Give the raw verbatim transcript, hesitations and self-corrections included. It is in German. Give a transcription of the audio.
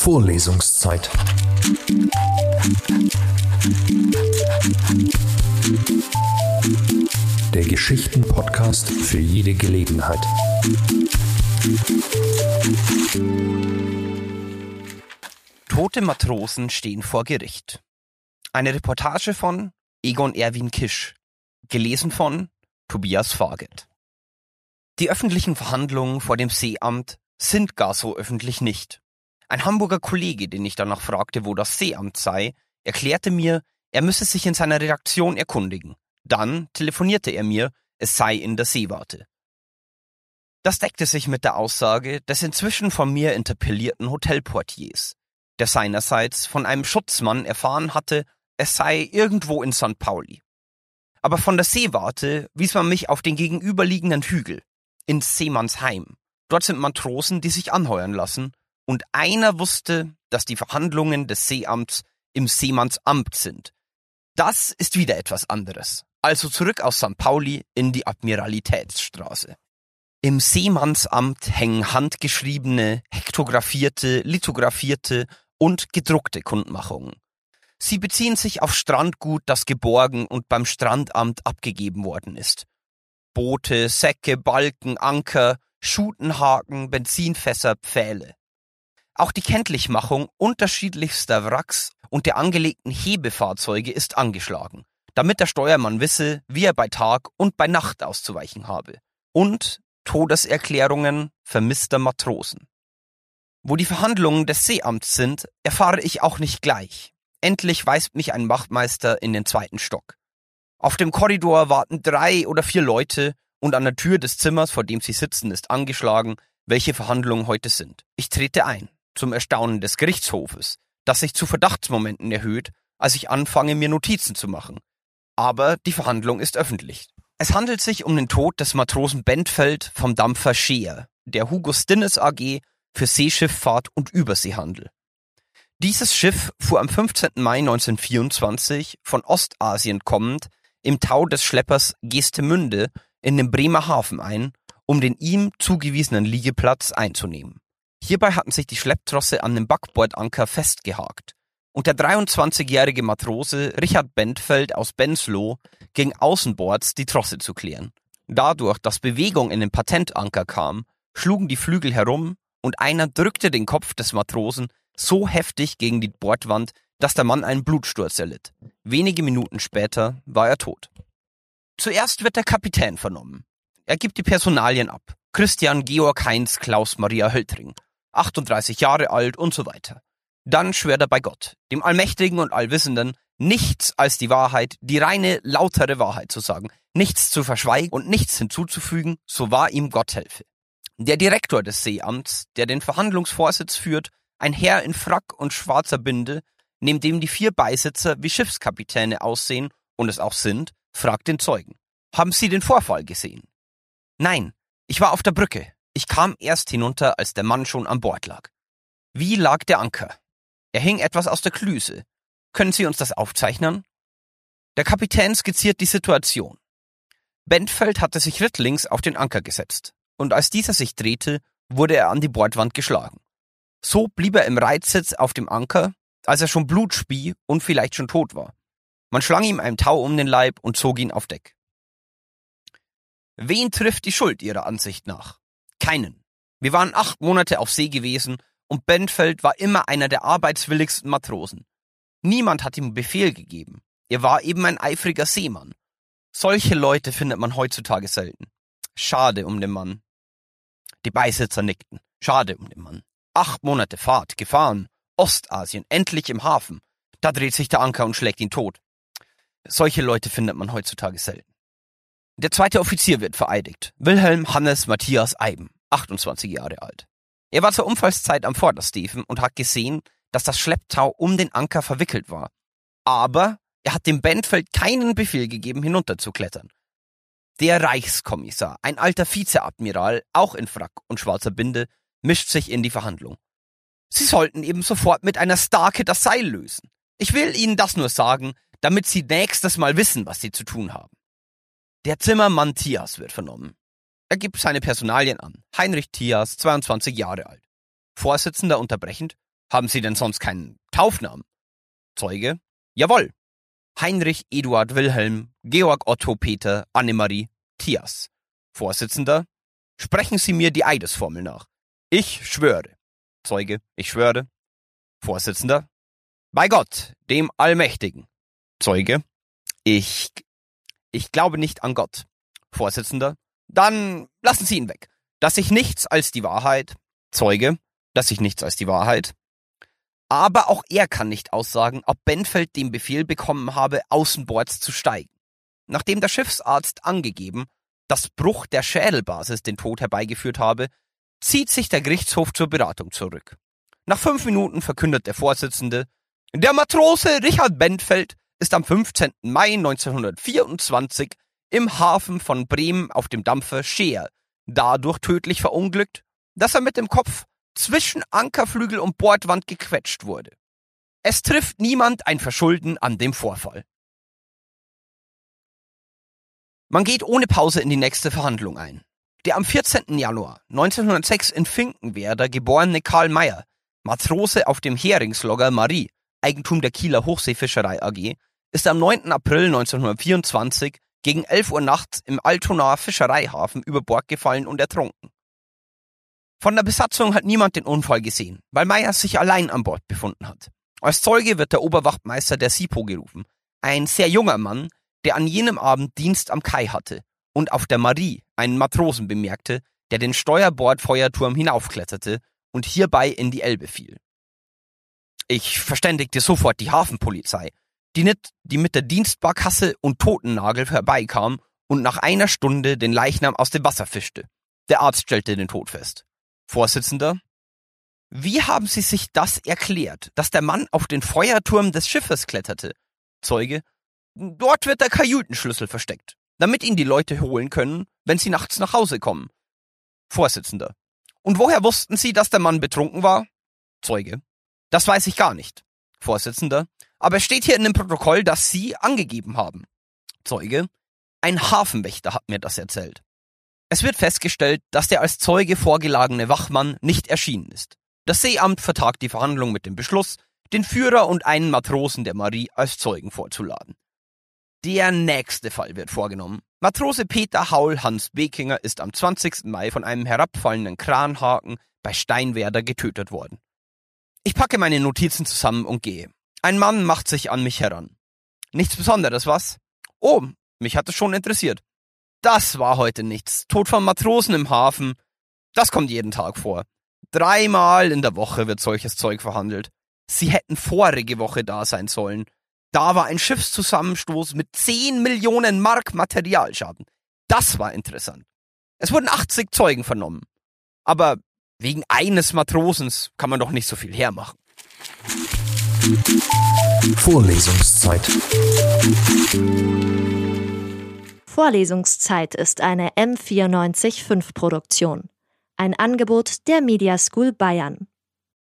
Vorlesungszeit. Der Geschichten-Podcast für jede Gelegenheit. Tote Matrosen stehen vor Gericht. Eine Reportage von Egon Erwin Kisch. Gelesen von Tobias Farget. Die öffentlichen Verhandlungen vor dem Seeamt sind gar so öffentlich nicht. Ein Hamburger Kollege, den ich danach fragte, wo das Seeamt sei, erklärte mir, er müsse sich in seiner Redaktion erkundigen. Dann telefonierte er mir, es sei in der Seewarte. Das deckte sich mit der Aussage des inzwischen von mir interpellierten Hotelportiers, der seinerseits von einem Schutzmann erfahren hatte, es sei irgendwo in Sankt Pauli. Aber von der Seewarte wies man mich auf den gegenüberliegenden Hügel, ins Seemannsheim. Dort sind Matrosen, die sich anheuern lassen, und einer wusste, dass die Verhandlungen des Seeamts im Seemannsamt sind. Das ist wieder etwas anderes. Also zurück aus Sankt Pauli in die Admiralitätsstraße. Im Seemannsamt hängen handgeschriebene, hektographierte, lithografierte und gedruckte Kundmachungen. Sie beziehen sich auf Strandgut, das geborgen und beim Strandamt abgegeben worden ist. Boote, Säcke, Balken, Anker, Schutenhaken, Benzinfässer, Pfähle. Auch die Kenntlichmachung unterschiedlichster Wracks und der angelegten Hebefahrzeuge ist angeschlagen, damit der Steuermann wisse, wie er bei Tag und bei Nacht auszuweichen habe. Und Todeserklärungen vermisster Matrosen. Wo die Verhandlungen des Seeamts sind, erfahre ich auch nicht gleich. Endlich weist mich ein Wachtmeister in den zweiten Stock. Auf dem Korridor warten drei oder vier Leute und an der Tür des Zimmers, vor dem sie sitzen, ist angeschlagen, welche Verhandlungen heute sind. Ich trete ein, zum Erstaunen des Gerichtshofes, das sich zu Verdachtsmomenten erhöht, als ich anfange, mir Notizen zu machen. Aber die Verhandlung ist öffentlich. Es handelt sich um den Tod des Matrosen Benfeld vom Dampfer Scheer, der Hugo Stinnes A G für Seeschifffahrt und Überseehandel. Dieses Schiff fuhr am fünfzehnten Mai neunzehnhundertvierundzwanzig von Ostasien kommend im Tau des Schleppers Geestemünde in den Bremer Hafen ein, um den ihm zugewiesenen Liegeplatz einzunehmen. Hierbei hatten sich die Schlepptrosse an dem Backbordanker festgehakt und der dreiundzwanzigjährige Matrose Richard Benfeld aus Benslow ging außenbords die Trosse zu klären. Dadurch, dass Bewegung in den Patentanker kam, schlugen die Flügel herum und einer drückte den Kopf des Matrosen so heftig gegen die Bordwand, dass der Mann einen Blutsturz erlitt. Wenige Minuten später war er tot. Zuerst wird der Kapitän vernommen. Er gibt die Personalien ab. Christian Georg Heinz Klaus Maria Höltring, achtunddreißig Jahre alt und so weiter. Dann schwört er bei Gott, dem Allmächtigen und Allwissenden, nichts als die Wahrheit, die reine, lautere Wahrheit zu sagen, nichts zu verschweigen und nichts hinzuzufügen, so wahr ihm Gott helfe. Der Direktor des Seeamts, der den Verhandlungsvorsitz führt, ein Herr in Frack und schwarzer Binde, neben dem die vier Beisitzer wie Schiffskapitäne aussehen und es auch sind, fragt den Zeugen. Haben Sie den Vorfall gesehen? Nein, ich war auf der Brücke. Ich kam erst hinunter, als der Mann schon an Bord lag. Wie lag der Anker? Er hing etwas aus der Klüse. Können Sie uns das aufzeichnen? Der Kapitän skizziert die Situation. Benfeld hatte sich rittlings auf den Anker gesetzt, und als dieser sich drehte, wurde er an die Bordwand geschlagen. So blieb er im Reitsitz auf dem Anker, als er schon Blut spie und vielleicht schon tot war. Man schlang ihm ein Tau um den Leib und zog ihn auf Deck. Wen trifft die Schuld Ihrer Ansicht nach? Keinen. Wir waren acht Monate auf See gewesen und Benfeld war immer einer der arbeitswilligsten Matrosen. Niemand hat ihm Befehl gegeben. Er war eben ein eifriger Seemann. Solche Leute findet man heutzutage selten. Schade um den Mann. Die Beisitzer nickten. Schade um den Mann. Acht Monate Fahrt, gefahren, Ostasien, endlich im Hafen. Da dreht sich der Anker und schlägt ihn tot. Solche Leute findet man heutzutage selten. Der zweite Offizier wird vereidigt. Wilhelm Hannes Matthias Eiben, achtundzwanzig Jahre alt. Er war zur Unfallszeit am Vordersteven und hat gesehen, dass das Schlepptau um den Anker verwickelt war. Aber er hat dem Benfeld keinen Befehl gegeben, hinunterzuklettern. Der Reichskommissar, ein alter Vizeadmiral, auch in Frack und schwarzer Binde, mischt sich in die Verhandlung. Sie sollten eben sofort mit einer Starke das Seil lösen. Ich will Ihnen das nur sagen, damit Sie nächstes Mal wissen, was Sie zu tun haben. Der Zimmermann Thias wird vernommen. Er gibt seine Personalien an. Heinrich Thias, zweiundzwanzig Jahre alt. Vorsitzender unterbrechend. Haben Sie denn sonst keinen Taufnamen? Zeuge: Jawohl. Heinrich Eduard Wilhelm Georg Otto Peter Annemarie Thias. Vorsitzender: Sprechen Sie mir die Eidesformel nach. Ich schwöre. Zeuge: Ich schwöre. Vorsitzender: Bei Gott, dem Allmächtigen. Zeuge: Ich, ich glaube nicht an Gott. Vorsitzender: Dann lassen Sie ihn weg. Dass ich nichts als die Wahrheit. Zeuge: Dass ich nichts als die Wahrheit. Aber auch er kann nicht aussagen, ob Benfeld den Befehl bekommen habe, außenbords zu steigen. Nachdem der Schiffsarzt angegeben, dass Bruch der Schädelbasis den Tod herbeigeführt habe, zieht sich der Gerichtshof zur Beratung zurück. Nach fünf Minuten verkündet der Vorsitzende: Der Matrose Richard Benfeld ist am fünfzehnten Mai neunzehnhundertvierundzwanzig im Hafen von Bremen auf dem Dampfer Scheer dadurch tödlich verunglückt, dass er mit dem Kopf zwischen Ankerflügel und Bordwand gequetscht wurde. Es trifft niemand ein Verschulden an dem Vorfall. Man geht ohne Pause in die nächste Verhandlung ein. Der am vierzehnten Januar neunzehnhundertsechs in Finkenwerder geborene Karl Mayer, Matrose auf dem Heringslogger Marie, Eigentum der Kieler Hochseefischerei A G, ist am neunten April neunzehnhundertvierundzwanzig gegen elf Uhr nachts im Altonaer Fischereihafen über Bord gefallen und ertrunken. Von der Besatzung hat niemand den Unfall gesehen, weil Mayer sich allein an Bord befunden hat. Als Zeuge wird der Oberwachtmeister der SIPO gerufen, ein sehr junger Mann, der an jenem Abend Dienst am Kai hatte und auf der Marie einen Matrosen bemerkte, der den Steuerbordfeuerturm hinaufkletterte und hierbei in die Elbe fiel. Ich verständigte sofort die Hafenpolizei, die, nicht, die mit der Dienstbarkasse und Totennagel herbeikam und nach einer Stunde den Leichnam aus dem Wasser fischte. Der Arzt stellte den Tod fest. Vorsitzender: Wie haben Sie sich das erklärt, dass der Mann auf den Feuerturm des Schiffes kletterte? Zeuge: Dort wird der Kajütenschlüssel versteckt, damit ihn die Leute holen können, wenn sie nachts nach Hause kommen. Vorsitzender: Und woher wussten Sie, dass der Mann betrunken war? Zeuge: Das weiß ich gar nicht. Vorsitzender: Aber es steht hier in dem Protokoll, dass Sie angegeben haben. Zeuge: Ein Hafenwächter hat mir das erzählt. Es wird festgestellt, dass der als Zeuge vorgelagene Wachmann nicht erschienen ist. Das Seeamt vertagt die Verhandlung mit dem Beschluss, den Führer und einen Matrosen der Marie als Zeugen vorzuladen. Der nächste Fall wird vorgenommen. Matrose Peter Haul Hans Bekinger ist am zwanzigsten Mai von einem herabfallenden Kranhaken bei Steinwerder getötet worden. Ich packe meine Notizen zusammen und gehe. Ein Mann macht sich an mich heran. Nichts Besonderes, was? Oh, mich hat es schon interessiert. Das war heute nichts. Tod von Matrosen im Hafen. Das kommt jeden Tag vor. Dreimal in der Woche wird solches Zeug verhandelt. Sie hätten vorige Woche da sein sollen. Da war ein Schiffszusammenstoß mit zehn Millionen Mark Materialschaden. Das war interessant. Es wurden achtzig Zeugen vernommen. Aber wegen eines Matrosens kann man doch nicht so viel hermachen. Vorlesungszeit. Vorlesungszeit ist eine M vierundneunzig Komma fünf Produktion. Ein Angebot der Media School Bayern.